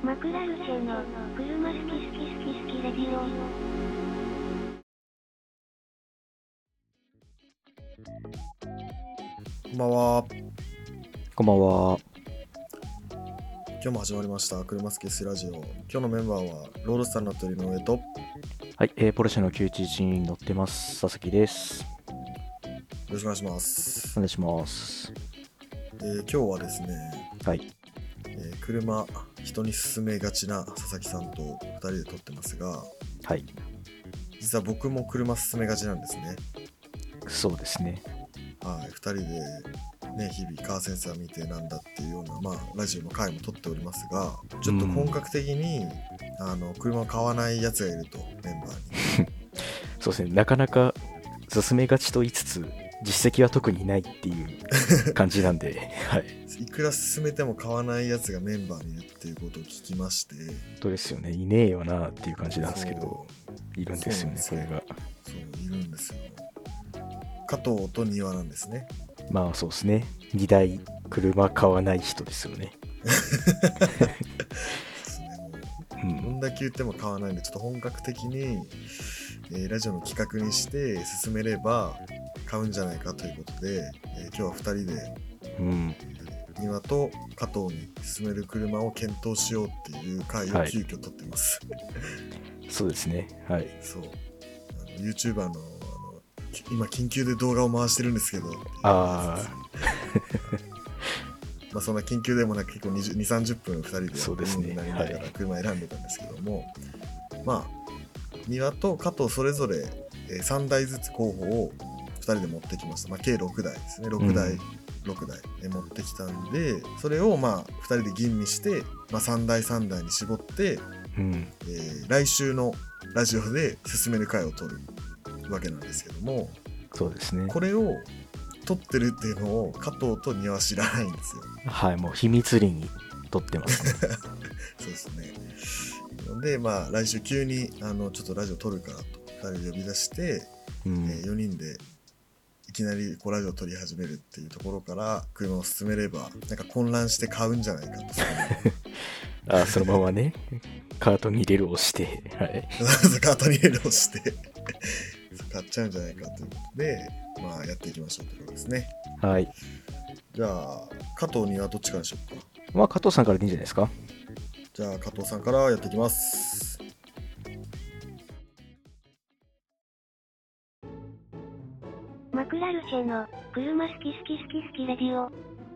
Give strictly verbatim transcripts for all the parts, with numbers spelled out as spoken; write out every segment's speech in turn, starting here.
マクラルチェの車好き好き好き好きレディオ。 こんばんは。 こんばんは。 今日も始まりました車好きスラジオ。今日のメンバーはロードスターになっている井上と、 はい、えー、ポルシェのきゅういちいちに乗ってます。佐々木です。よろしくお願いします。 お願いします。 えー、今日はですね、 はい。 えー、車人に勧めがちな佐々木さんとふたりで撮ってますが、 はい。 実は僕も車勧めがちなんですね。 そうですね。 はい、ふたりで、ね、日々カーセンサー見てなんだっていうような、まあ、ラジオの回も撮っておりますが、ちょっと本格的に、うん、あの車を買わないやつがいると、メンバーにそうですね、なかなか進めがちと言いつつ実績は特にないっていう感じなんで、はい、 いくら進めても買わないやつがメンバーにいるっていうことを聞きまして、 本当ですよね、いねえよなっていう感じなんですけど、いるんですよね、これが。 そういるんですよ。加藤と庭なんですね。 まあそうですね、にだい車買わない人ですよね。 ですね、もう、うん、どんだけ言っても買わないんで、ちょっと本格的に、えー、ラジオの企画にして進めれば買うんじゃないかということで、えー、今日はふたりで、 うんえー、庭と加藤に進める車を検討しようっていう回を急遽撮ってます、はい、 そうですね。はい。 そう、あの YouTuber の今緊急で動画を回してるんですけど、 ああまあそんな緊急でもなく結構にじゅう、さんじゅっぷんふたりでそうですね、 なりながら車選んでたんですけども、はい、まあ庭と加藤それぞれさんだいずつ候補をふたりで持ってきました。まあ、計ろくだいですね。ろくだい、うん、ろくだい持ってきたんで、それをまあふたりで吟味して、まあ、さんだいさんだいに絞って、 うんえー、来週のラジオで進める回を取るわけなんですけども、 そうですね、これを撮ってるっていうのを加藤と庭は知らないんですよ。 はい、もう秘密裏に撮ってますね。 そうですね。でまあ来週急にあのちょっとラジオ撮るからとふたりで呼び出して、うんえー、よにんでいきなりこうラジオ撮り始めるっていうところから車を進めればなんか混乱して買うんじゃないかとああ、そのままねカートに入れるをして、はい、 カートに入れるをして買っちゃうんじゃないかということで、まあやっていきましょうということですね。 はい。 じゃあ加藤にはどっちからでしょうか。 まあ加藤さんからでいいんじゃないですか。 じゃあ加藤さんからやっていきます。 マクラルチェの車好き好き好き好きレディオ。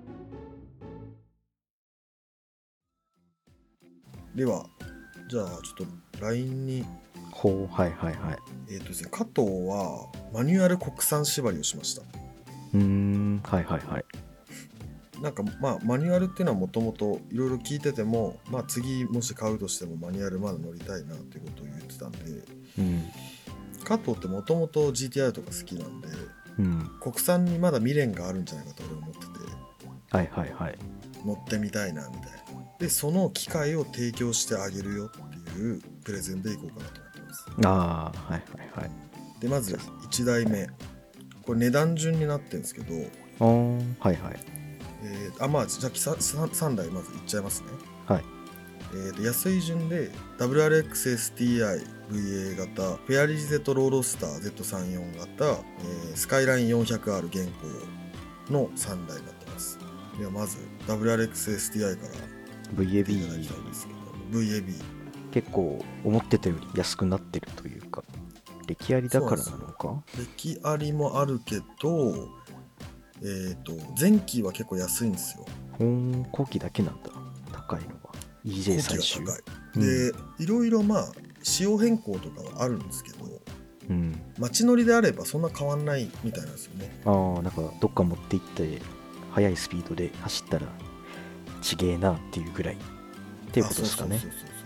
ではじゃあちょっと ライン にほう、はいはいはい。 えっとですね、加藤はマニュアル国産縛りをしました。 うーん、はいはいはい。 なんかまあマニュアルっていうのはもともといろいろ聞いてても、まあ次もし買うとしてもマニュアルまだ乗りたいなっていうことを言ってたんで、うん、加藤ってもともと ジーティーアール とか好きなんで、うん、国産にまだ未練があるんじゃないかと俺は思ってて、 はいはいはい。 乗ってみたいなみたいな。でその機会を提供してあげるよっていうプレゼンでいこうかなと思ってます。 ああ、はいはいはい。 でまずいちだいめ、これ値段順になってるんですけど、 あー、はいはい。 えー、あまあじゃあさんだいまずいっちゃいますね。 はい。 えー、と安い順で ダブリューアールエックスエスティーアイブイエー 型、フェアリージ Z ロードスター ゼットさんじゅうよん 型、えー、スカイライン よんひゃくアール 現行のさんだいになってます。ではまず ダブリューアールエックスエスティーアイ からブイエービーいただきたいんですけど、 ブイエービー結構思ってたより安くなってるというか、歴ありだからなのか。 歴ありもあるけど、えーと前期は結構安いんですよ。 ほん、後期だけなんだ、高いのは。 イージェー 最終後期が高い、で、うん、いろいろまあ仕様変更とかはあるんですけど、うん、街乗りであればそんな変わんないみたいなんですよね。 ああ、なんかどっか持って行って速いスピードで走ったらちげえなっていうぐらいっていうことですかね。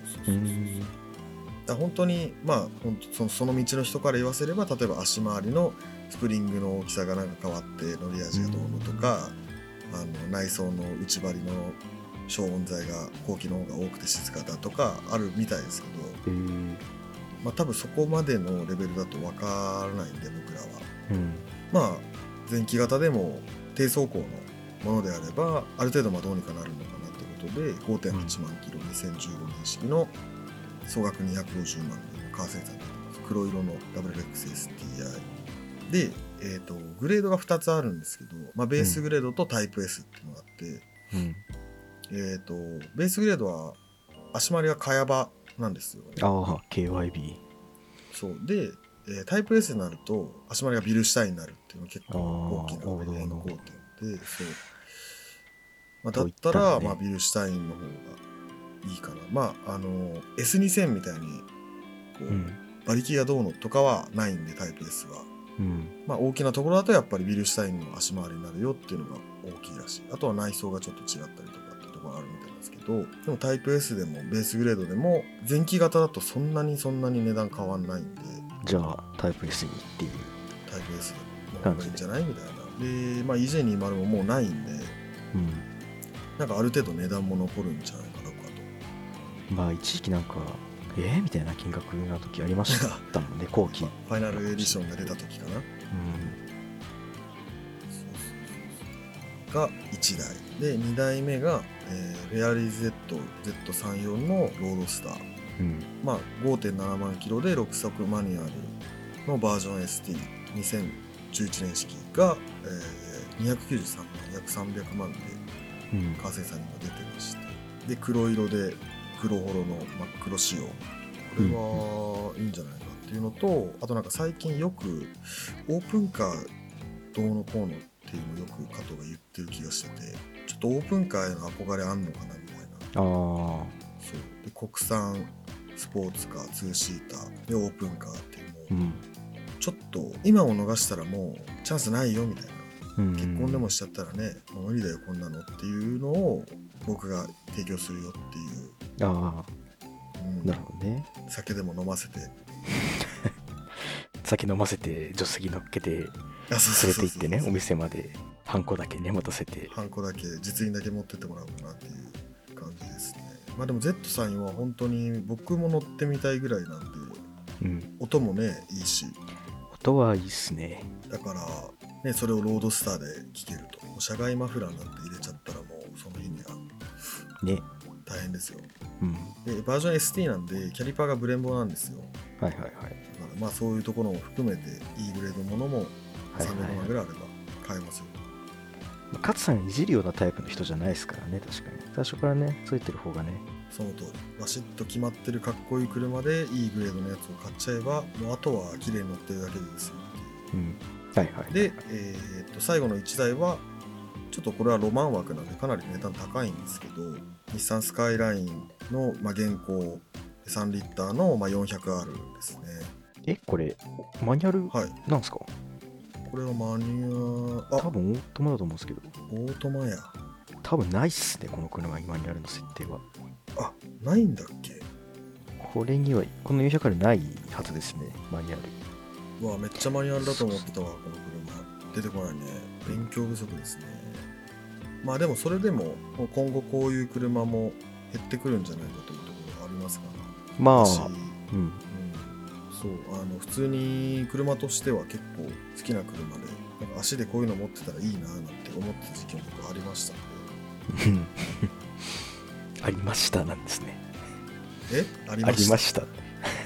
本当にまあ本当その、その道の人から言わせれば、例えば足回りのスプリングの大きさがなんか変わって乗り味がどうのとか、あの内装の内張りの消音材が後期の方が多くて静かだとかあるみたいですけど、まあ多分そこまでのレベルだと分からないんで僕らは、うん、まあ前期型でも低走行のものであればある程度まあどうにかなるのかなってこトで ごてんはちまんキロ、にせんじゅうごねん式の総額にひゃくごじゅうまん円のカー生産になってます。黒色の ダブリューエルエックスエスティーアイ で、えー、とグレードがふたつあるんですけど、まあ、ベースグレードとタイプ S っていうのがあって、 うんえー、とベースグレードは足回りが茅場なんですよ、ね、 ああ ケーワイビーそうで、えータイプ S になると足回りがビルシュタインになるっていうのが結構大きな王道の変更点で、そう、まあ、だといったら、 ねまあ、ビルシュタインの方がいいかな。まああの エスにせん みたいにこう、 うん馬力がどうのとかはないんで、タイプ S は、 うんまあ、大きなところだとやっぱりビルシュタインの足回りになるよっていうのが大きいらしい。あとは内装がちょっと違ったりとかっていうところがあるみたいなんですけど、でもタイプ S でもベースグレードでも前期型だとそんなにそんなに値段変わんないんで、 じゃあタイプ S にっていうタイプ S の方がいいんじゃないみたいな。で、まあ、イージェーにじゅう ももうないんで、 うんなんかある程度値段も残るんじゃないかなと。 まあ一時期なんかえー、みたいな金額な時ありましたもんね後期ファイナルエディションが出た時かな、 うんがいちだいで、にだいめが、えー、フェアリー Z、ゼットさんじゅうよん のロードスター、 うんまあ ごてんななまんキロでろくそくマニュアルのバージョン エスティーにせんじゅういちねん式が、えー、にひゃくきゅうじゅうさんまん、約さんびゃくまんでうんカー生産にも出てまして、で黒色で黒ホロの真っ黒仕様、これはいいんじゃないかっていうのと、あとなんか最近よくオープンカーどうのこうのっていうのをよく加藤が言ってる気がしてて、ちょっとオープンカーへの憧れあんのかなみたいな。 ああそうで国産スポーツカーツーシーターでオープンカーっていう、もう、 うん、 ちょっと今を逃したらもうチャンスないよみたいな、 うん、 結婚でもしちゃったらね、もう無理だよこんなのっていうのを僕が提供するよっていう、 ああうん、 なるほどね。 酒でも飲ませて酒飲ませて助手席乗っけて連れて行ってね、お店までハンコだけね持たせて、 ハンコだけ実印だけ持ってってもらおうかなっていう感じですね。まあでも ゼットさんじゅうよん は本当に僕も乗ってみたいぐらいなんで、 うん、 音もねいいし、 音はいいっすね。 だからね、それをロードスターで聴けると、もう車外マフラーなんて入れちゃったらもうその日にはね、 大変ですよ。 うん、 でバージョン エスティー なんでキャリパーがブレンボなんですよ。 はいはいはい。 だからまあそういうところも含めていいグレードものもさんびゃくまんぐらいあれば買えますよ。 勝さんいじるようなタイプの人じゃないですからね、確かに最初からねついてる方がね。 その通り、バシッと決まってるかっこいい車でいいグレードのやつを買っちゃえば、もうあとは綺麗に乗ってるだけでいいですよっていう、 うん、はいはい。 で、えー、っと最後のいちだいはちょっとこれはロマン枠なんでかなり値段高いんですけど、日産スカイラインの、まあ、現行さんリッターの、まあ、よんひゃくアール ですね。 え、これマニュアルはい、 なんすか？ これはマニュアル、あ、 多分オートマだと思うんですけど、 オートマや。 多分ないっすねこの車にマニュアルの設定は。 あ、ないんだっけ。 これにはこのよんひゃくアールないはずですね、マニュアル。 うわ、めっちゃマニュアルだと思ってたわ、この車。出てこないね。勉強不足ですね。まあでもそれでも今後こういう車も減ってくるんじゃないかというところがありますから。 まあ、 私うん、 うん、そう、あの普通に車としては結構好きな車で、なんか足でこういうの持ってたらいいななんて思ってた時期も僕ありましたので。 ありましたなんですね。 えありあました。 りました。 はい。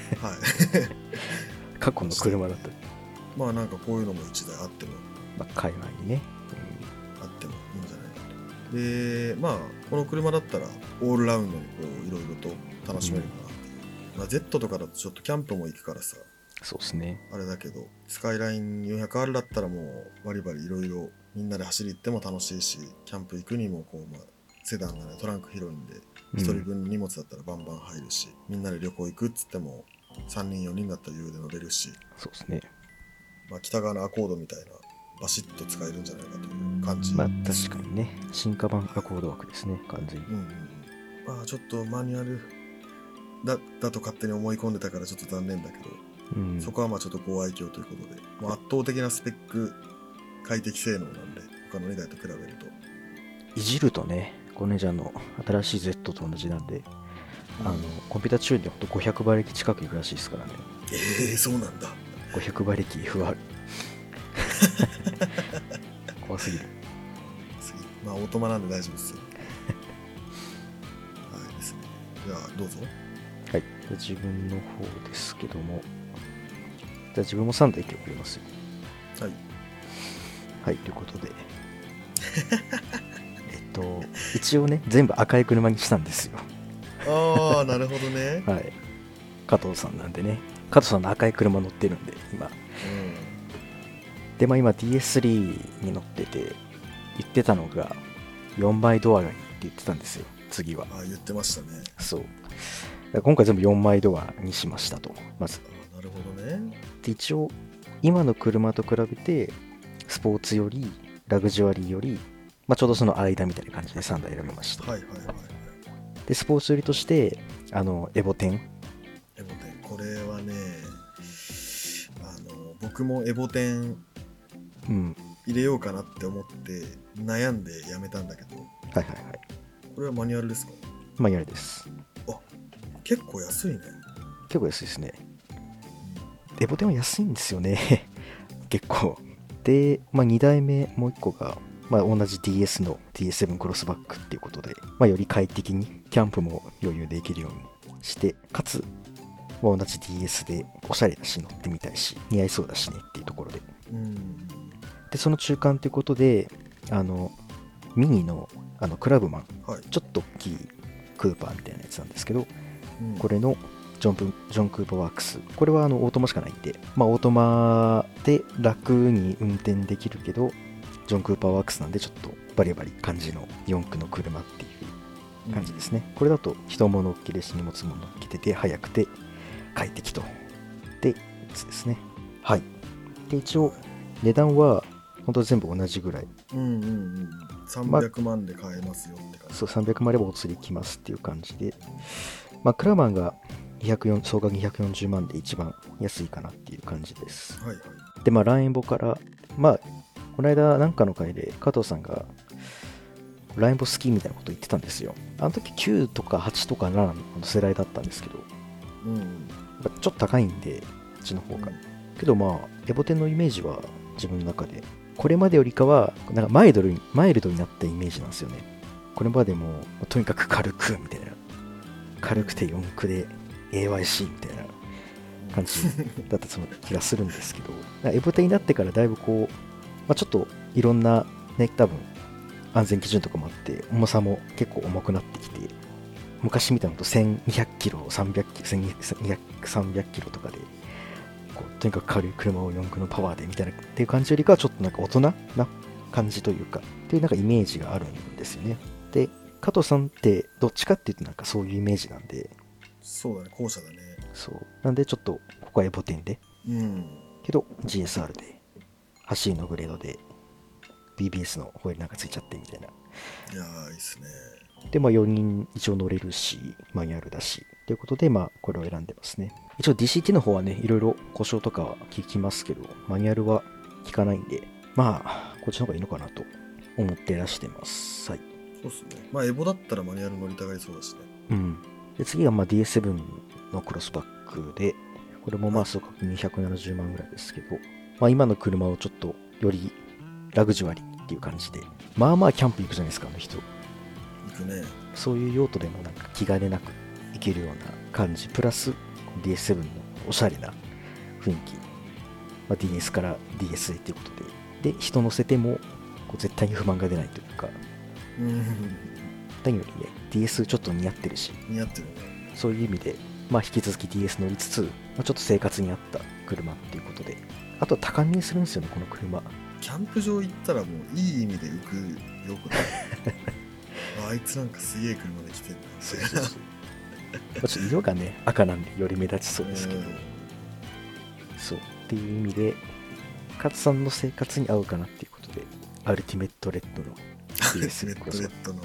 過去の車だった。 まあなんかこういうのも一台あっても、 まあ、海外にね。 あってもいいんじゃないかと。で、まあこの車だったらオールラウンドにこういろいろと楽しめるかなっていう。まあ、Z とかだとちょっとキャンプも行くからさ、 そうですね。 あれだけど、スカイライン よんひゃくアール だったらもうバリバリいろいろみんなで走り行っても楽しいし、キャンプ行くにもこう、まあ、セダンならトランク広いんでひとりぶん荷物だったらバンバン入るし、みんなで旅行行くっつってもさんにんよにんだったら余裕で乗れるし、 そうですね。 まあ、北側のアコードみたいなバシッと使えるんじゃないかという感じ。 まあ確かにね、進化版アコード枠ですね、完全に。 うんうんうん。まあちょっとマニュアルだ, だと勝手に思い込んでたからちょっと残念だけど、 うん、 そこはまあちょっとご愛嬌ということで、もう圧倒的なスペック快適性能なんで、他のにだいと比べるといじるとね、これじゃあの新しい Z と同じなんで、うん、あのコンピューター中にほんとごひゃくばりき近くいくらしいですからね。 ええー、そうなんだ。 ごひゃくばりき エフアール 怖すぎる。 次、まあオートマなんで大丈夫ですよ。 じゃあどうぞ。 はい。じゃあ自分の方ですけども、じゃあ自分もさんだい今日送りますよ。 はい。 はい、ということで。えっと、一応ね、全部赤い車にしたんですよ。 ああ、なるほどね。 はい。加藤さんなんでね。加藤さんの赤い車乗ってるんで、今。 うん。 で、まあ今 ディーエススリー に乗ってて、言ってたのが、よんまいドアがいいって言ってたんですよ、次は。 ああ、言ってましたね。 そう。だから今回全部よんまいドアにしましたと。まず。 ああ、なるほどね。 で、一応、今の車と比べて、スポーツより、ラグジュアリーより、まあ、ちょうどその間みたいな感じでさんだい選びました。 はいはいはいはい。 で、スポーツよりとして、あの、エボテン。 エボテン、これはね、あの、僕もエボテンうん。 入れようかなって思って悩んでやめたんだけど、 はいはいはい。 これはマニュアルですか？ マニュアルです。 結構安いね。 結構安いですね。エボテンは安いんですよね。結構。で、まあ、にだいめもういっこが、まあ、同じ ディーエス の ディーエスセブン クロスバックっていうことで、まあ、より快適にキャンプも余裕できるようにして、かつ、まあ、同じ ディーエス でおしゃれだし乗ってみたいし、似合いそうだしねっていうところで。 うんで、その中間ということで、あの、ミニのあのクラブマン、 はい、 ちょっと大きいクーパーみたいなやつなんですけど、 うん、 これのジョンプジョン・クーパーワークス。これはあのオートマしかないんで、まあ、オートマで楽に運転できるけど、ジョン・クーパーワークスなんでちょっとバリバリ感じのよん区の車っていう感じですね。これだと人も乗っけるし荷物も乗っけてて速くて快適と。で、やつですね。はい。で、一応値段は本当全部同じぐらい。 うんうんうん。さんびゃくまんで買えますよって感じ。 そう、さんびゃくまんあればお釣りきますっていう感じで。まあ、クラマンがにひゃくよん総額にひゃくよんじゅうまんで一番安いかなっていう感じです。 はいはい。 で、まあ、ランエンボから、まあ、この間なんかの回で加藤さんが、ランエンボ好きみたいなこと言ってたんですよ。あの時きゅうとかはちとかななの世代だったんですけど、 うん。 やっぱちょっと高いんで、うちの方が。けどまあ、エボテンのイメージは自分の中で、これまでよりかは、なんかマイルドに、マイルドになったイメージなんですよね。これまでも、とにかく軽くみたいな。軽くてよん区で エーワイシー みたいな感じだったその気がするんですけど、エボテになってからだいぶこう、まあ、ちょっといろんなね、多分安全基準とかもあって、重さも結構重くなってきて、昔みたいなのとせんにひゃくキロ、さんびゃくキロ、せんにひゃく、さんびゃくキロとかで、こうとにかく軽い車をよん区のパワーでみたいなっていう感じよりかは、ちょっとなんか大人な感じというか、っていうなんかイメージがあるんですよね。で、加藤さんってどっちかっていうとなんかそういうイメージなんで、 そうだね、後者だね。 そうなんでちょっとここはエボテンで、 うん。 けど ジーエスアール で走りのグレードで ビービーエス のホイールなんかついちゃってみたいな。 いやーいいっすね。 で、まあよにん一応乗れるし、マニュアルだしということで、まあこれを選んでますね。一応 ディーシーティー の方はね、いろいろ故障とかは聞きますけど、マニュアルは聞かないんで、まあこっちの方がいいのかなと思ってらしてます。はい。 そうっすね。まあエボだったらマニュアル乗りたがりそうだしね。 うん。で、次がまあ ディーエスセブン のクロスバックで、これもまあ総額にひゃくななじゅうまんぐらいですけど、まあ今の車をちょっとよりラグジュアリーっていう感じで、まあまあキャンプ行くじゃないですか、あの人。 行くね。 そういう用途でもなんか気兼ねなく行けるような感じ、プラス ディーエスセブン のおしゃれな雰囲気、まあ、ディーエス から ディーエスエー っていうことで、で、人乗せてもこう絶対に不満が出ないというか、 うん。 何よりね、ディーエス ちょっと似合ってるし、 似合ってるね。 そういう意味で、まあ、引き続き ディーエス 乗りつつ、まあ、ちょっと生活に合った車っていうことで、あと高見にするんですよね、この車。 キャンプ場行ったらもういい意味で浮くよくないあいつなんかすげえ車で来てるな。 そうそうそう。まあちょっと色がね、赤なんでより目立ちそうですけど、そうっていう意味で、勝さんの生活に合うかなっていうことで、アルティメットレッドの ディーエスレッドレッドの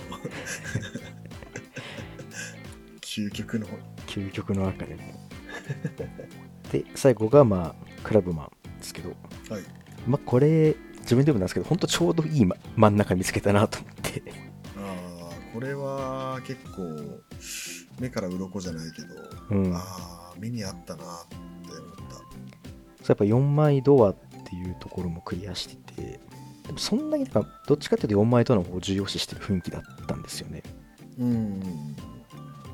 究極の究極の赤でも。で、最後がまあ、クラブマンですけど、 はい。 まあこれ、自分でもなんですけど、ほんとちょうどいい、ま、真ん中見つけたなと思って。 ああ、これは結構目から鱗じゃないけど、 うん、 ああ、目にあったなって思った。 そうやっぱよんまいドアっていうところもクリアしてて、でもそんなになんかどっちかっていうとよんまいドアの方を重要視してる雰囲気だったんですよね。 うん。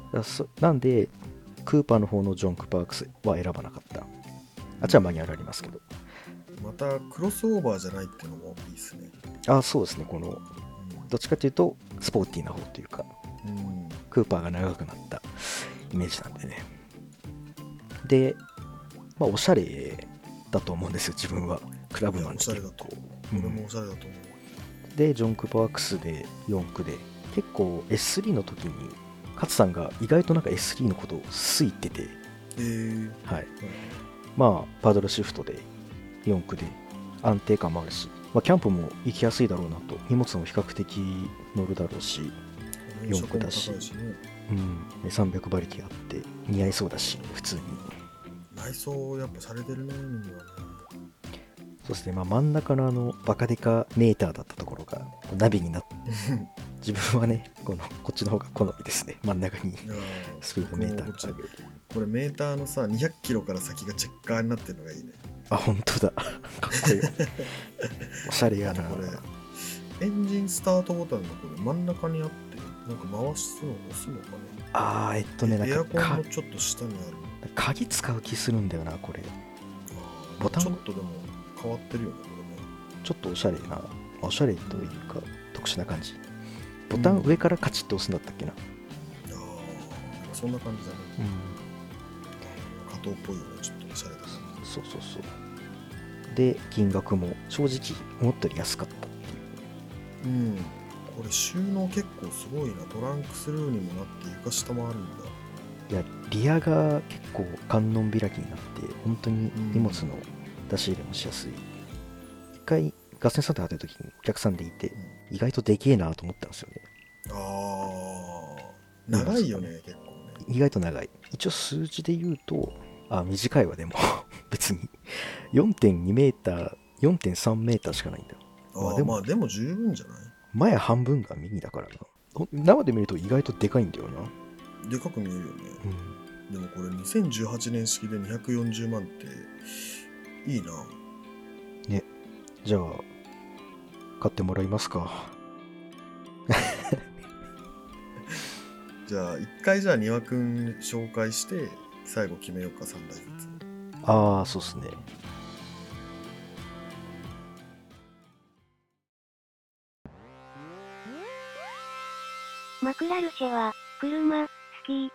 だそなんでクーパーの方のジョンクパークスは選ばなかった。あっちはマニュアルありますけど。 またクロスオーバーじゃないっていうのもいいですね。 あ、そうですね。このどっちかというとスポーティーな方というか、 うん、 クーパーが長くなったイメージなんでね。で、まあおしゃれだと思うんですよ、自分は。クラブマンって結構。 おしゃれだと思う。俺もおしゃれだと思う。 で、ジョンクパークスでよん区で、結構 エススリー の時に勝さんが意外となんか エススリー のことを好いてて、 えー、 はい、まあパドルシフトでよん区で安定感もあるし、まあ、キャンプも行きやすいだろうなと、荷物も比較的乗るだろうし、よん区だし、 ね、 うん、さんびゃく馬力あって似合いそうだし、普通に内装やっぱされてるね、みんなね。 そうですね、まあ、真ん中のあのバカデカメーターだったところがナビになって自分はね、このこっちの方が好みですね。真ん中にスピードメーターがあるより。 これメーターのさにひゃくキロから先がチェッカーになってるのがいいね。 あ、本当だ。かっこいい。おしゃれやな。 これエンジンスタートボタンがこれ真ん中にあって、なんか回すの押すのかね。 あー、えっとね、なんかエアコンのちょっと下にある。 鍵使う気するんだよな、これ。 ボタンちょっとでも変わってるよね、これね。 ちょっとおしゃれな。おしゃれというか、特殊な感じ。ボタン上からカチッと押すんだったっけな。 うん、ああ、そんな感じだね。うん。加藤っぽいよね、ちょっとおしゃれだな。 そうそうそう。で、金額も正直思ったより安かったっていう。 うん。これ収納結構すごいな。トランクスルーにもなって床下もあるんだ。 いや、リアが結構観音開きになって本当に荷物の出し入れもしやすい。一回ガソリンスタンドで働いた時にお客さんでいて、うん、意外とでけえなと思ったんですよね。 ああ、長いよね、結構ね。 意外と長い。一応数字で言うと、あ、短いわ。でも別に よんてんにメーター よんてんさんメーターしかないんだよ。 あ、まあ、でもまあでも十分じゃない？ 前半分がミニだからな。生で見ると意外とでかいんだよな。 でかく見えるよね、うん、でもこれにせんじゅうはちねん式でにひゃくよんじゅうまんっていいなね。じゃあ買ってもらいますかじゃあ一回じゃあ丹羽くん紹介して最後決めようか、さんだいずつ。 ああ、そうっすね。 マクラルシェは車好き。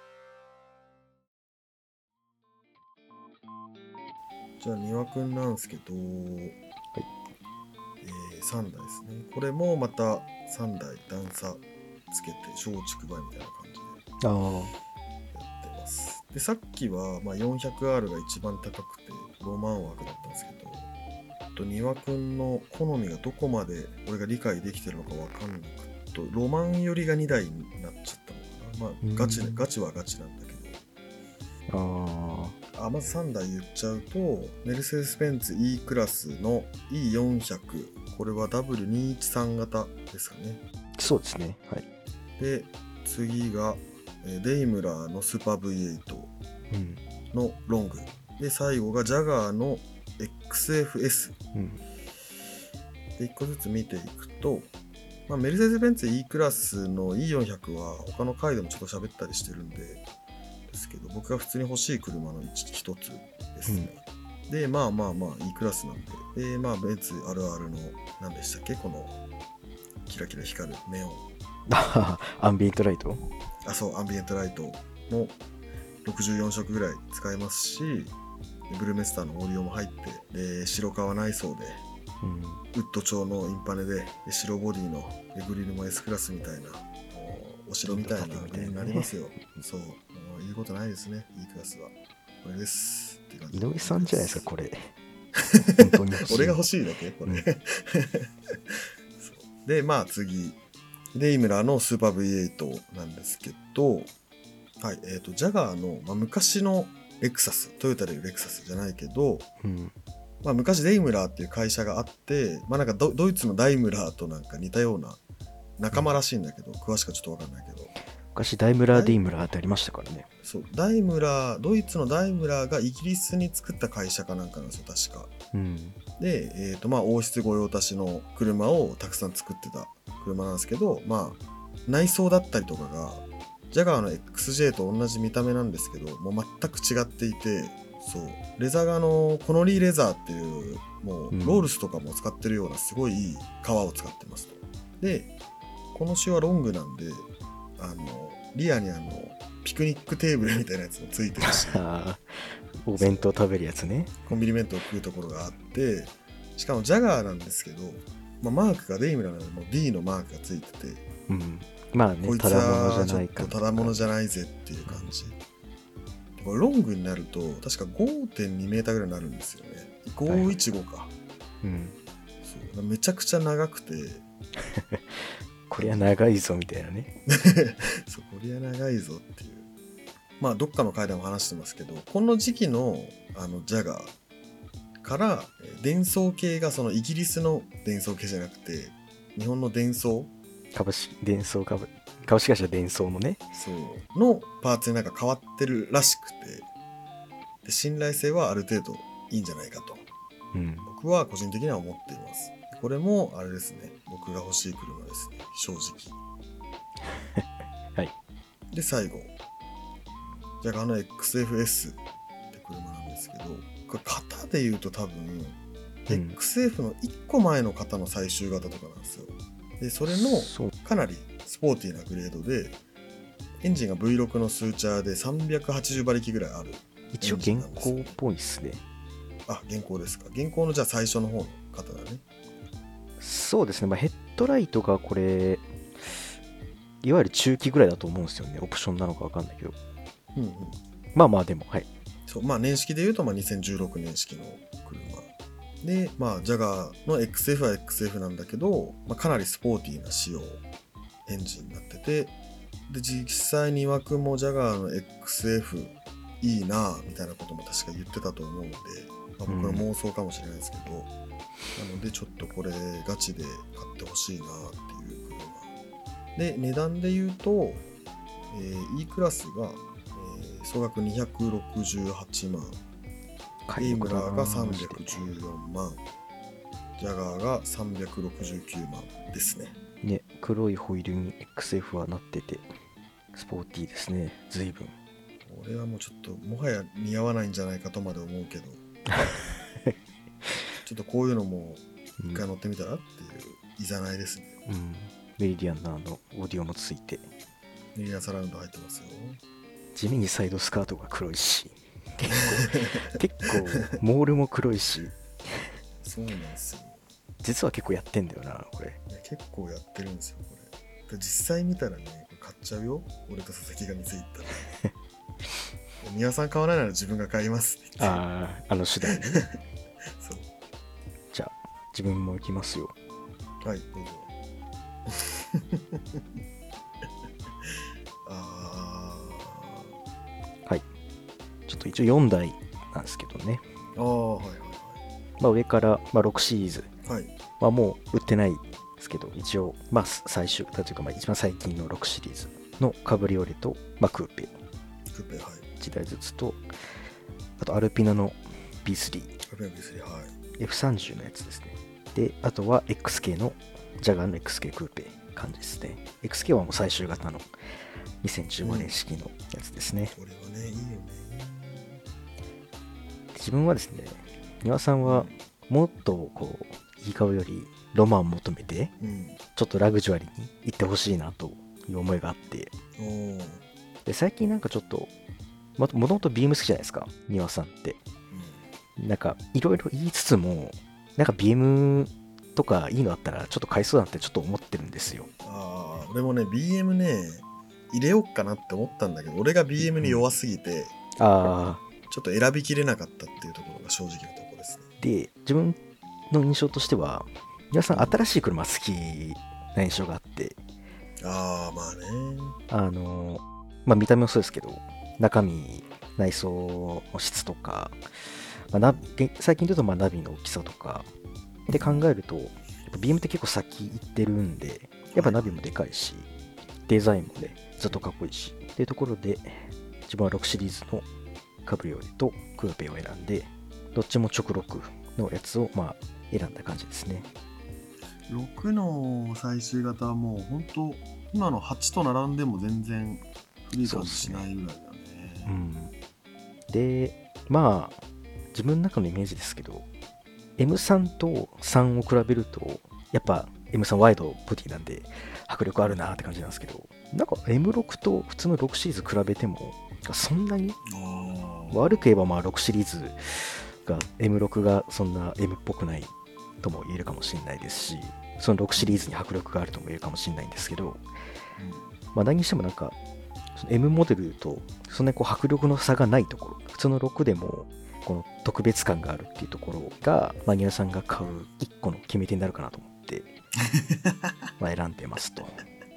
じゃあ丹羽くんなんですけど、はい、えー、さんだいですね。これもまたさんだい段差つけて松竹梅みたいな感じでやってます。でさっきはまあ よんひゃくアール が一番高くてロマン枠だったんですけど、と丹羽くんの好みがどこまで俺が理解できてるのか分かんなくと、ロマン寄りがにだいになっちゃったのかな。まあガチ、ガチはガチなんだけど、 ああまずさんだい言っちゃうと、メルセデス・ベンツ E クラスの イーよんひゃく、これは ダブリューにひゃくじゅうさん 型ですかね。 そうですね。はい。 で次がデイムラーのスーパー ブイエイト のロング、うん、で最後がジャガーの エックスエフエス、うん、でいっこずつ見ていくと、まあ、メルセデス・ベンツ E クラスの イーよんひゃく は他の回でもちょっと喋ったりしてるんでですけど、僕が普通に欲しい車の一つですね、うん、でまあまあまあ E クラスなんで、でまあベンツあるあるの何でしたっけ、このキラキラ光るネオンアンビエントライト、 あそうアンビエントライトもろくじゅうよんしょくぐらい使えますし、ブルーメスターのオーディオも入って、で白革内装で、うん、ウッド調のインパネで、で白ボディのグリルも S クラスみたいなお城みたいな絵になりますよ。そう、もう言うことないですね。E クラスはこれですって感じ。 井上さんじゃないですかこれ本当に俺が欲しいだけこれ、うん、そうでまあ次デイムラーのスーパー ブイエイト なんですけど、はいえーと、ジャガーの、まあ、昔のレクサス、トヨタでいうレクサスじゃないけど、うんまあ、昔デイムラーっていう会社があって、まあ、なんか ド, ドイツのダイムラーとなんか似たような仲間らしいんだけど、うん、詳しくはちょっと分かんないけど、 昔ダイムラーデイムラーってありましたからね。 そうダイムラー、ドイツのダイムラーがイギリスに作った会社かなんかなんですよ確か、うん、で、えーとまあ、王室御用達の車をたくさん作ってた車なんですけど、まあ内装だったりとかがジャガーの エックスジェー と同じ見た目なんですけど、もう全く違っていて、そうレザーがあのコノリーレザーっていうもうロールスとかも使ってるようなすごいいい革を使ってますと。でこのシューはロングなんで、あのリアにあのピクニックテーブルみたいなやつもついてるしお弁当食べるやつね。 コンビニ弁当を食うところがあって、しかもジャガーなんですけど、まあ、マークがデイムラなのでもう D のマークがついてて、 うん、まあね、 こいつただものはちょっじゃないかとただものじゃないぜっていう感じ。これロングになると確か ごてんにメーターぐらいになるんですよね。ごひゃくじゅうごか、 うん、 そうめちゃくちゃ長くてこりゃ長いぞみたいなねそうこりゃ長いぞっていう。まあどっかの回でも話してますけど、この時期のあのジャガーから伝送系がそのイギリスの伝送系じゃなくて日本の伝送株式伝送株株式会社伝送のね、 そうのパーツになんか変わってるらしくて、で信頼性はある程度いいんじゃないかと、 うん、 僕は個人的には思っています。これもあれですね、僕が欲しい車ですね、正直はい。 で最後ジャガーの エックスエフエス って車なんですけど、これ型で言うと多分、うん、エックスエフ のいっこまえの型の最終型とかなんですよ。でそれのかなりスポーティーなグレードで、エンジンが ブイろく のスーチャーでさんびゃくはちじゅうばりきぐらいある。 一応現行っぽいっすね。 あ、現行ですか。現行のじゃあ最初の方の型だね。 そうですね、まあ、ヘッドライトがこれいわゆる中期ぐらいだと思うんですよね。オプションなのか分かんないけど、 うんうん、 まあまあでもはい、 そうまあ年式で言うとまあにせんじゅうろくねん式の車で、まあジャガーの エックスエフ は エックスエフ なんだけど、まあ、かなりスポーティーな仕様エンジンになってて、で実際に枠もジャガーの エックスエフ いいなみたいなことも確か言ってたと思うんで、まあ、僕の妄想かもしれないですけど、うん、なのでちょっとこれガチで買ってほしいなっていう車で、値段で言うと、えー、E クラスが、えー、総額にひゃくろくじゅうはちまん、エイムラーがさんびゃくじゅうよんまん、ジャガーがさんびゃくろくじゅうきゅうまんですね。 ね、黒いホイールに エックスエフ はなっててスポーティーですね。随分俺はもうちょっともはや似合わないんじゃないかとまで思うけどちょっとこういうのも一回乗ってみたらっていういざないですね。 うん、うん、メリディアンのあのオーディオもついて、 メリディアンサラウンド入ってますよ。 地味にサイドスカートが黒いし結構結構モールも黒いしそうなんですよ。 実は結構やってんだよなこれ。 いや結構やってるんですよこれ。実際見たらね、買っちゃうよ。俺と佐々木が店行ったら宮さん買わないなら自分が買いますって言って。 ああ、あの手段ねそう。 じゃあ自分も行きますよ。 はい、どうぞあはい、ちょっと一応よんだいなんですけどね。 ああ、はいはいまあ、上から、まあ、ろくシリーズ、 はい。 まあ、もう売ってないですけど、一応、まあ、最終というか、まあ、一番最近のろくシリーズのカブリオレと、まあ、クーペクーペ、はい。 いちだいずつと、あとアルピナの ビースリー、 クーペ ビースリー、はい。 エフさんじゅう のやつですね。で、あとは エックスケー の、ジャガーの エックスケー クーペ感じですね。エックスケー はもう最終型のにせんじゅうごねん式のやつですね。 これはね、いいよね。 自分はですね、庭さんはもっとこう、いい顔よりロマンを求めて、 うん、 ちょっとラグジュアリーに行ってほしいなという思いがあって、 おで最近なんかちょっと、もともとビーム好きじゃないですか、庭さんって。うん、なんかいろいろ言いつつも、なんかビームとかいいのあったらちょっと買いそうだってちょっと思ってるんですよ。 ああ、俺もね、ビーエム ね、入れようかなって思ったんだけど、俺が ビーエム に弱すぎて、 うん、ああ。 ちょっと選びきれなかったっていうところが正直なところですね。 で、自分の印象としては、皆さん新しい車好きな印象があって、 ああ、まあね。 あの、まあ見た目もそうですけど、中身、内装の質とか、まあ、ナ最近で言うとまあナビの大きさとかで考えると、やっぱ ビーエム って結構先行ってるんで、やっぱナビもでかいし、デザインもね、ずっとかっこいいし、っていうところで、自分はろくシリーズのカブリオレとクーペを選んで、どっちも直ろくのやつをまあ選んだ感じですね。 ろくの最終型はもう本当今のはちと並んでも全然クリードしないぐらいだね。 うん。で、まあ、自分の中のイメージですけど、エムスリー とスリーを比べると、やっぱ エムスリー ワイドボディなんで迫力あるなって感じなんですけど、なんか エムシックス と普通のろくシリーズ比べても、そんなに悪く言えばまあろくシリーズが エムシックス がそんな M っぽくないとも言えるかもしれないですし、そのろくシリーズに迫力があるとも言えるかもしれないんですけど、まあ何にしてもなんかその M モデルとそんなにこう迫力の差がないところ、普通のろくでもこの特別感があるっていうところがマニアさんが買ういっこの決め手になるかなと思ってまあ選んでますと。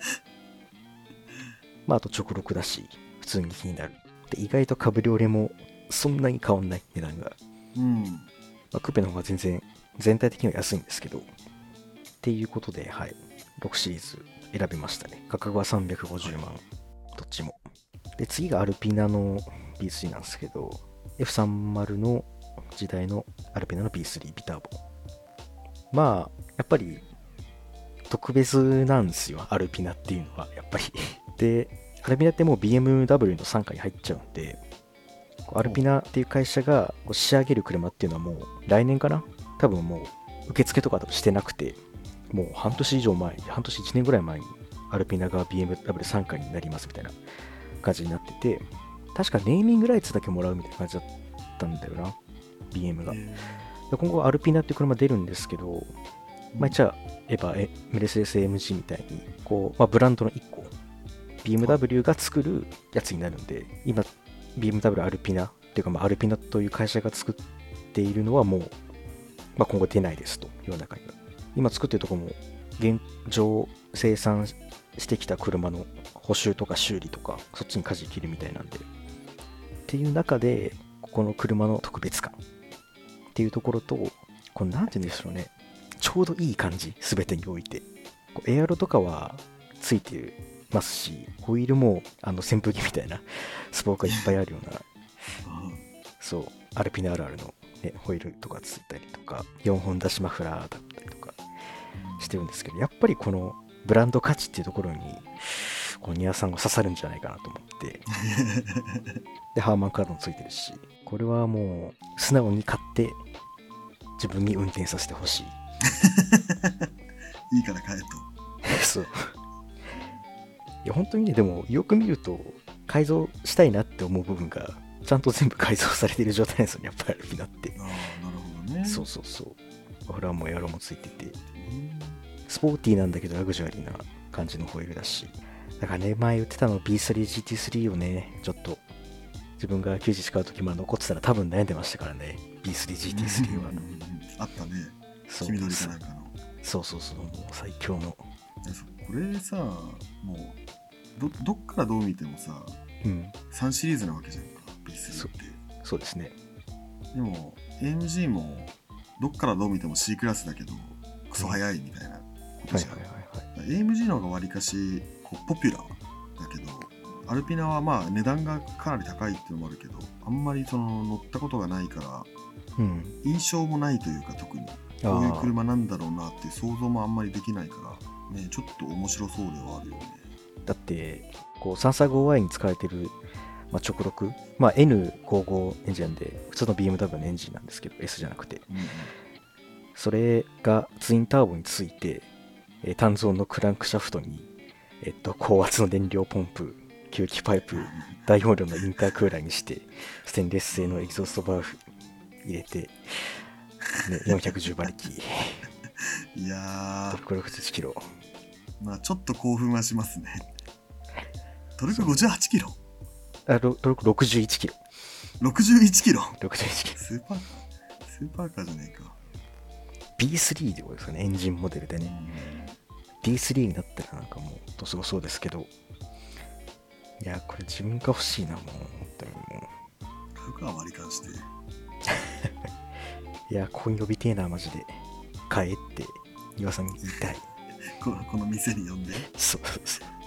まああと直録だし普通に気になる。で意外とカブリオレもそんなに変わんない値段が。 うん。 まあ、クーペの方が全然全体的には安いんですけど。っていうことで、はい。ろくシリーズ選びましたね。価格はさんびゃくごじゅうまん。どっちも。で、次がアルピナの ビースリー なんですけど、エフさんじゅう の時代のアルピナの ビースリー ビターボ。まあ、やっぱり特別なんですよ。アルピナっていうのは、やっぱり。で、アルピナってもう ビーエムダブリュー の傘下に入っちゃうんで、アルピナっていう会社が仕上げる車っていうのはもう来年かな多分もう受付とかしてなくて、もう半年以上前、半年いちねんぐらい前にアルピナが ビーエムダブリュー 傘下になりますみたいな感じになってて、確かネーミングライツだけもらうみたいな感じだったんだよな、ビーエム が。で今後アルピナっていう車出るんですけど、まあ、じゃあ、エヴァ、メルセデス エーエムジー みたいに、こう、まあ、ブランドのいっこ、ビーエムダブリュー が作るやつになるんで、今、ビーエムダブリュー アルピナっていうか、まあ、アルピナという会社が作っているのはもう、まあ、今後出ないですと、世の中には。今作ってるところも、現状生産してきた車の補修とか修理とか、そっちに舵切るみたいなんで。っていう中で、ここの車の特別感っていうところと、これなんて言うんでしょうね。ちょうどいい感じ、すべてにおいて。こうエアロとかはついてますし、ホイールもあの扇風機みたいなスポークがいっぱいあるような、そう、アルピナあるあるの、ね、ホイールとかついたりとか、よんほん出しマフラーだったりとかしてるんですけど、やっぱりこのブランド価値っていうところに、このニアさんが刺さるんじゃないかなと思って。で、ハーマンカードもついてるし、これはもう素直に買って自分に運転させてほしい。 いいから買えと。 そう。いや、本当にね、でもよく見ると改造したいなって思う部分がちゃんと全部改造されてる状態なんですよね、やっぱりアルピナって。 ああ、なるほどね。 そうそうそう。マフラーもエアロもついてて、スポーティーなんだけどラグジュアリーな感じのホイールだし。だからね、前言ってたの ビースリージーティースリー をね、ちょっと自分がきゅうじゅういち買うときまで残ってたら多分悩んでましたからね、ビースリージーティースリー は。 あったね。 そう黄緑かなんかの。 そうそうそう、もう最強の。 これさ、もうど、どっからどう見てもさ、 うん、 さんシリーズなわけじゃんか、ビースリー って。 そ, そうですね。 でも、エーエムジー もどっからどう見ても C クラスだけど、クソ速いみたいなことじゃん。 はいはいはいはい。 エーエムジー の方がわりかしこうポピュラーだけど、アルピナはまあ値段がかなり高いっていうのもあるけど、あんまりその乗ったことがないから、 うん、 印象もないというか、特にこういう車なんだろうなっていう想像もあんまりできないから、ね、ちょっと面白そうではあるよね。 だってこう スリーサーティーファイブワイ に使われてる、まあ、直録、まあ、エヌごじゅうご エンジンで普通の ビーエムダブリュー のエンジンなんですけど S じゃなくて、 うんうん、 それがツインターボについて、えー、単造のクランクシャフトに、えっと、高圧の燃料ポンプ、吸気パイプ、大容量のインタークーラーにしてステンレス製のエキゾーストバルブ入れて、ね、よんひゃくじゅう馬力いやー、 トルクろくじゅういちキロ、 まあちょっと興奮はしますね。トルクごじゅうはちキロ、 あトルクろくじゅういちキロ、 ろくじゅういちキロ、 ろくじゅういちキロ、 スーパースーパーカーじゃねえか。 ビースリー ってことですかね、エンジンモデルでね。 ビースリー になったらなんかもうとすごそうですけど、いやこれ自分が欲しいな、もう本当にもう買うか割り勘して。 いやここに呼びてえな、マジで買えって岩さんに言いたい。 このこの店に呼んで。 そうそう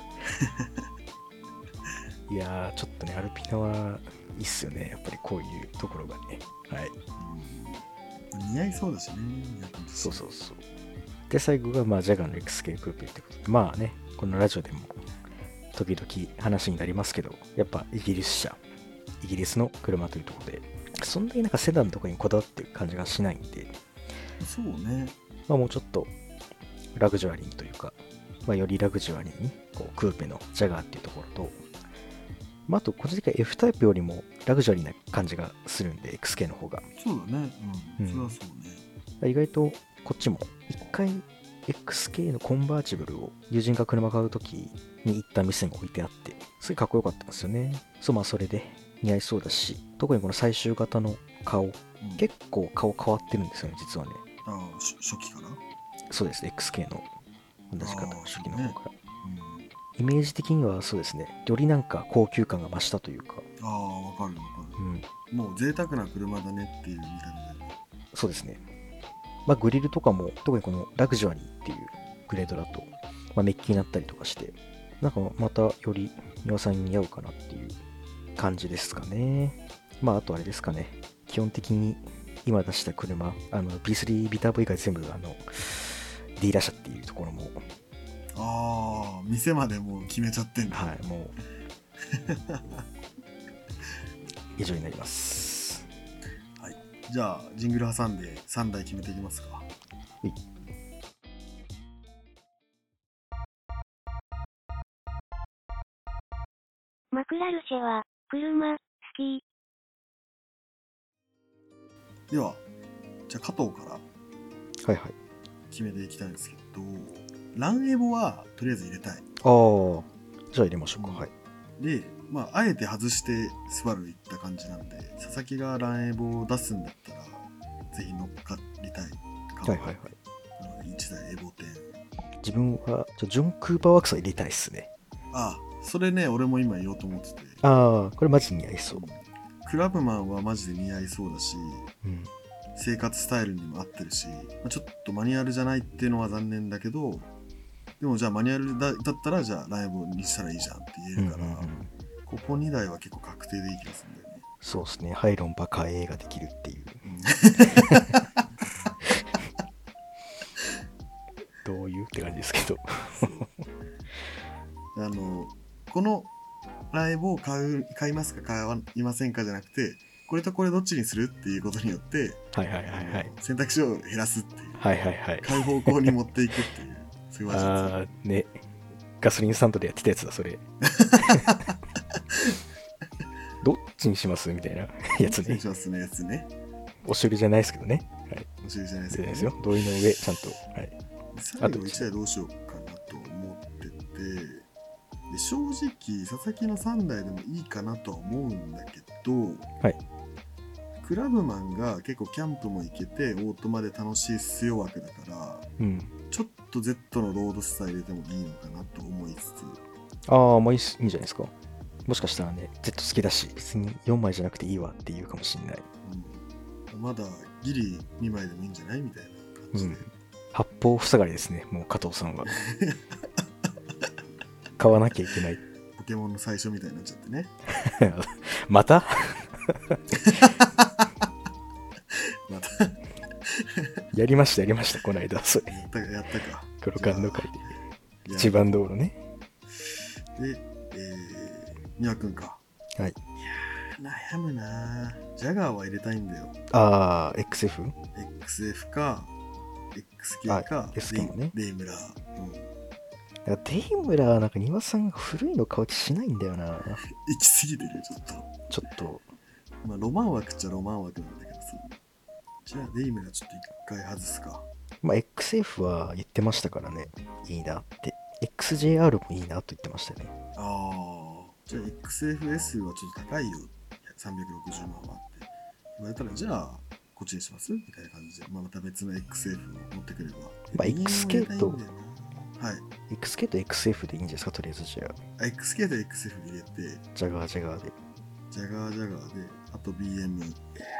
そういやーちょっとね、アルピナはいいっすよね、やっぱりこういうところがね。はい、 うん、似合いそうだしね。 そうそうそう。で最後がまあジャガーの エックスケー クーペってことで、まあねこのラジオでも時々話になりますけど、やっぱイギリス車、イギリスの車というところで、そんなになんかセダンとかにこだわってる感じがしないんで、 そうね。 まあ、もうちょっとラグジュアリーというか、まあ、よりラグジュアリーにこうクーペのジャガーっていうところと、まあ、あと個人的には F タイプよりもラグジュアリーな感じがするんで エックスケー の方がそうだね。うん。 うんそれはそうね。 意外とこっちも一回 エックスケー のコンバーチブルを友人が車買うときに行った店に置いてあって、すごいかっこよかったんですよね。そう、まあそれで似合いそうだし、特にこの最終型の顔、 うん、 結構顔変わってるんですよね、実はね。 ああ、初初期から。 そうです、エックスケー の同じ方、 あー初期の方から。 うん。 イメージ的にはそうですね、よりなんか高級感が増したというか、 ああ、わかるわかうん、 る。もう贅沢な車だねっていう見た目だよね。 そうですね。まあグリルとかも、特にこのラグジュアリーっていうグレードだと、まあ、メッキになったりとかして、なんかまたより庭さんに似合うかなっていう感じですかね。まああとあれですかね、基本的に今出した車、あの ビースリー ビターボ以外全部あのディーラー車っていうところも、 ああ、店までもう決めちゃってんだ。 はい、もう以上になります。 はい。じゃあ、ジングル挟んでさんだい決めていきますか。 はいマクラルシェは、車、好き。 では、じゃあ加藤からはいはい。 決めていきたいんですけど、ランエボはとりあえず入れたい。 ああ、じゃあ入れましょうか。はい。 で、まあ、あえて外してスバル行った感じなんで、佐々木がランエボを出すんだったら、ぜひ乗っかりたい。 はいはいはい。 なのでいちだいエボテン。 自分は、じゃあジョン・クーパーワークスは入れたいっすね。 ああ、それね、俺も今言おうと思ってて。 ああ、これマジに似合いそう。 クラブマンはマジで似合いそうだし、 うん。 生活スタイルにも合ってるし、まあ、ちょっとマニュアルじゃないっていうのは残念だけど、でもじゃあマニュアルだだったらじゃあライブにしたらいいじゃんって言えるから、 うんうんうん、 ここにだいは結構確定でいい気がするんだよね。 そうですね。ハイロンバカ映画できるっていう。どういうって感じですけど。 あのこのライブを買う買いますか買いませんかじゃなくて、これとこれどっちにするっていうことによってはいはいはいはい。 選択肢を減らすっていう、 はいはいはい。 買う方向に持っていくっていうそういう技です。 ああ、ね。ガソリンスタンドでやってたやつだ、それ。どっちにしますみたいなやつね。 失礼しますねやつね。 お尻じゃないですけどね。はい。 お尻じゃないですそうけど、ね、 ですよ。同意の上、ちゃんと。はい。 最後いちだいどうしようかなと思ってて、で正直佐々木のさんだいでもいいかなとは思うんだけど、 はい、 クラブマンが結構キャンプも行けてオートマで楽しいっすよ枠だから、 うん、 ちょっと Z のロードスタイル入れてもいいのかなと思いつつ、 ああ、まあいいっす、いいんじゃないですか。もしかしたらね、Z 好きだし、別によんまいじゃなくていいわって言うかもしんない。 うん、まだギリにまいでもいいんじゃないみたいな感じで、うん、 八方塞がりですね、もう加藤さんは。買わなきゃいけない。 ポケモンの最初みたいになっちゃってね。 またまたやりましたやりましたこの間それやったやったか黒缶の会で一番道路ね。 で、えー、にわくんか。 はい。いや悩むな。ジャガーは入れたいんだよ。 ああ エックスエフ？ エックスエフ か エックスケー かエスケー もね。 デイムラー、うん、 デイムラーなんか庭さんが古いの買う気しないんだよな。 行き過ぎてるちょっとちょっとまあロマン枠っちゃロマン枠なんだけどさ。じゃあデイムラーちょっと一回外すか。 まあ エックスエフ は言ってましたからね、いいなって。 エックスジェイアール もいいなと言ってましたね。 ああ、じゃあ エックスエフエス はちょっと高いよ、さんびゃくろくじゅうまんはって言われたら、じゃあこっちにしますみたいな感じで、まあ、また別の エックスエフ を持ってくれば、 まあ エックスケー とはい、 エックスケー と エックスエフ でいいんじゃないですか、とりあえずじゃあ。 エックスケー と エックスエフ 入れて、 ジャガージャガーで。 ジャガージャガーで、あと ビーエム。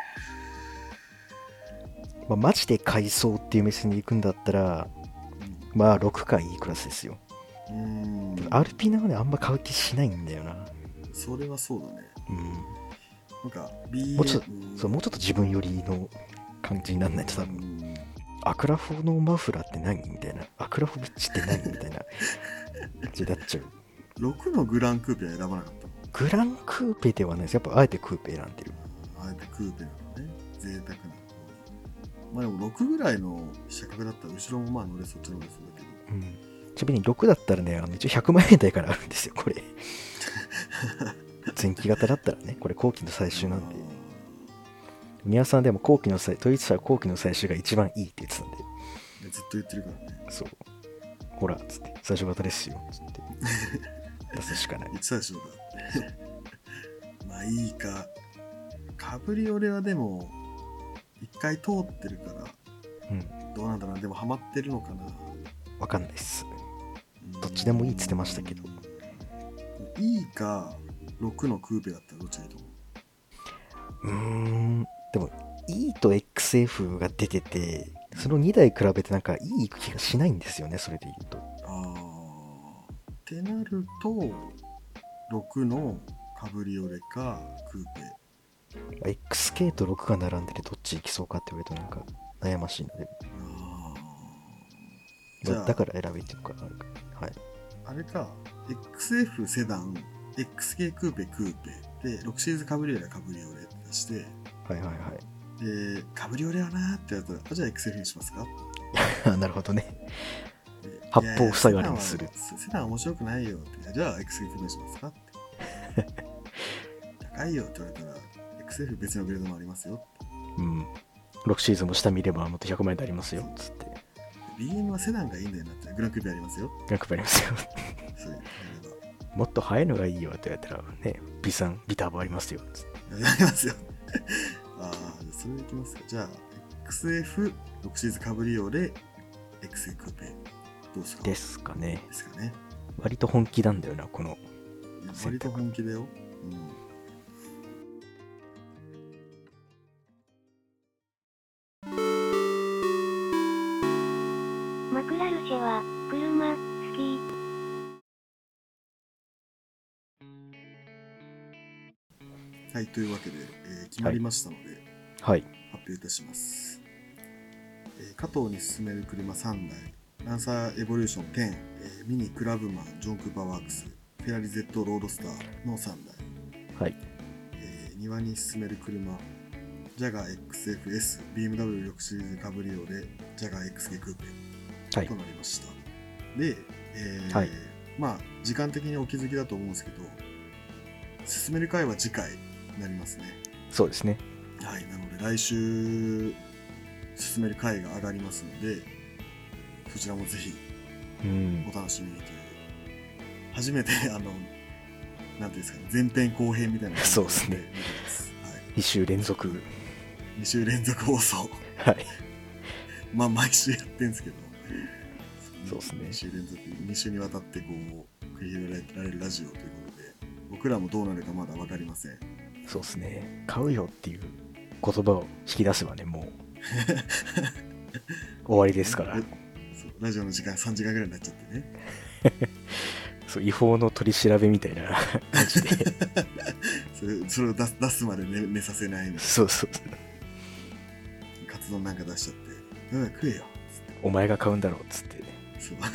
まあ、マジで買いそうっていう目線で行くんだったら、うん、まあろくかいいクラスですよ。 うーん。 アールピー なのであんま買う気しないんだよな。 それはそうだね。 うん。 なんか ビーエム。 もうちょっと、そう、もうちょっと自分寄りの感じになんないと多分。アクラフォのマフラーって何みたいな。アクラフォビッチって何みたいな感じになっちゃう。 ろくのグランクーペは選ばなかったの？ グランクーペではないです。やっぱあえてクーペ選んでる。 あえてクーペなのね。贅沢な。まあでもろくぐらいの車格だったら後ろもまあ乗れそうっちゃ乗れそうだけど。 うん。ちなみにろくだったらね、あの一応ひゃくまんえん台からあるんですよ、これ。前期型だったらね、これ後期の最終なんで。宮さんでも後期の最、統一車後期の最終が一番いいって言ってたんで。 ずっと言ってるからね。 そう。ほら、つって、最初型ですよ、つって。出すしかない。 言ってたでしょうか。まあいいか。カブリオレはでも、一回通ってるから、 うん。 どうなんだろうな。でもハマってるのかな。 わかんないっす。どっちでもいいっつってましたけど。 いいか、ろくのクーペだったらどっちがいいと思う？ うーん。でも、E と エックスエフ が出てて、そのにだい比べてなんかいい気がしないんですよね、それで言うと。 あー。ってなると、ろくのカブリオレかクーペ。 エックスケー とろくが並んでてどっち行きそうかって言われるとなんか悩ましいので。 あー。じゃあ、 だから選べっていうのがあるか。はい。 あれか、エックスエフ セダン、エックスケー クーペクーペで、ろくシリーズカブリオレはカブリオレって出して、 はいはいはい。 で、カブリオレはなーって言われたら、あじゃあ エックスエフ にしますか？ なるほどね。 で八方塞がりにする。 いやいやセダンはセダン面白くないよって。じゃあ エックスエフ にしますかって。高いよって言われたら、エックスエフ 別のグレードもありますよって。 うん。ろくシーズンも下見ればもっとひゃくまんえんでありますよ、つって。 ビーエム はセダンがいいんだよなって。グランクーペありますよ。 グランクーペありますよ。 そういうやれば。 もっと速いのがいいよって言われたらね、ビサン、ビターボありますよ、つって。 ありますよ。ああ、じゃあそれでいきますか。じゃあ、エックスエフ、ろくシリーズカブリオレ、エックスケー クーペ。どうすか？ ですかね。 ですかね。 割と本気なんだよな、この。 いや割と本気だよ。うん。 マクラルシェは、車、好き。 はい、というわけで、えー決まりましたので、 はい。 発表いたします。えー加藤に勧める車さんだい、ランサーエボリューションじゅう、えーミニクラブマン、ジョン・クーパーワークス、フェラリ Z ロードスターのさんだい、 はい。 えー庭に勧める車、ジャガー エックスエフエス、ビーエムダブリューろく シリーズカブリオレ、ジャガー エックスケー クーペはいと。なりました。で、えーはいまあ、時間的にお気づきだと思うんですけど、進める回は次回になりますね。 そうですね。 はい、なので来週進める回が上がりますので、そちらもぜひうんお。楽しみにという、初めてあの、なんていうんですかね、前編後編みたいな感じそうですね見てます。はい、 に週連続。 に週連続放送。 はい。 まあ毎週やってんですけど、 そうですねに週連続、に週にわたってこう繰り広げられるラジオということで、僕らもどうなるかまだ分かりません。 そうですね。買うよっていう言葉を引き出せばね、もう終わりですから。 そうラジオの時間さんじかんぐらいになっちゃってね。 そう違法の取り調べみたいな感じで。 それそれを出す出すまで 寝, 寝させないみたいな。 そうそうそう。 カツ丼なんか出しちゃって、うん、食えよ。 お前が買うんだろうっつってね。 そうはい、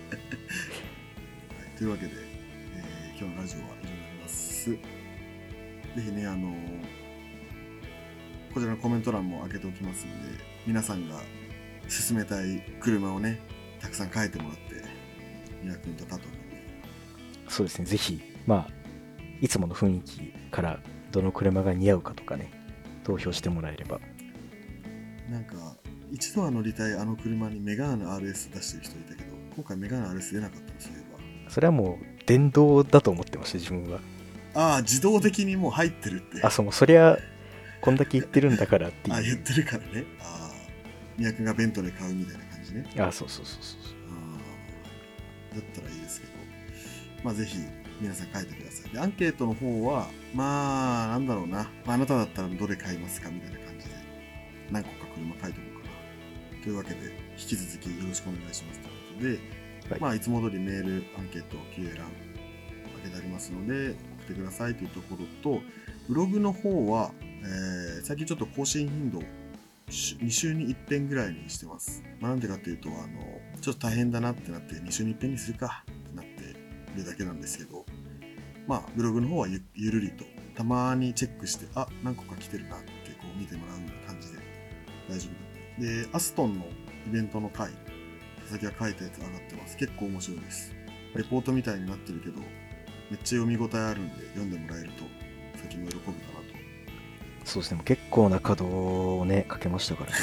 というわけで、えー今日のラジオは以上になります。ぜひね、あのーこちらのコメント欄も開けておきますので、皆さんが進めたい車をね、たくさん書いてもらって、宮君と加藤君に。 そうですね。ぜひ、まあ、いつもの雰囲気からどの車が似合うかとかね、投票してもらえれば。 なんか、一度は乗りたいあの車にメガーナ アールエス 出してる人いたけど、今回メガーナ アールエス 出なかったの、そういえば。 それはもう電動だと思ってました、自分は。 ああ、自動的にもう入ってるって。 あ、そう、もうそりゃ、こんだけ言ってるんだからっていう。 あ、言ってるからね。ああ、宮君がベントレー買うみたいな感じね。 あ、そうそうそうそう。 ああ、だったらいいですけど、まあぜひ皆さん書いてください。で、アンケートの方は、まあ、なんだろうな、まあ、あなただったらどれ買いますかみたいな感じで、何個か車書いておこうかな。というわけで、引き続きよろしくお願いしますということで、 はい、 まあ、いつも通りメール、アンケート、Q andエー 欄、開けてありますので、送ってくださいというところと、ブログの方は、えー、最近ちょっと更新頻度に週にいっぺんぐらいにしてます。まあ、なんでかっていうと、あの、ちょっと大変だなってなって、に週にいっぺんにするかってなって、 るだけなんですけど、まあブログの方は ゆ, ゆるりとたまにチェックして、あ、何個か来てるなってこう見てもらうような感じで大丈夫で、でアストンのイベントの回、佐々木が書いたやつ上がってます。結構面白いです。レポートみたいになってるけど、めっちゃ読み応えあるんで、読んでもらえると佐々木も喜ぶかなと。 そうですね、結構な稼働をねかけましたからね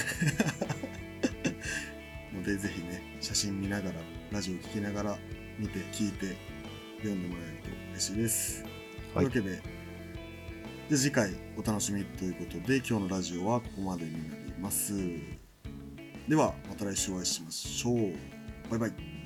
のでぜひね、写真見ながらラジオ聞きながら見て聞いて読んでもらえると嬉しいです、はい、というわけで、で次回お楽しみということで、今日のラジオはここまでになります。ではまた来週お会いしましょう。バイバイ。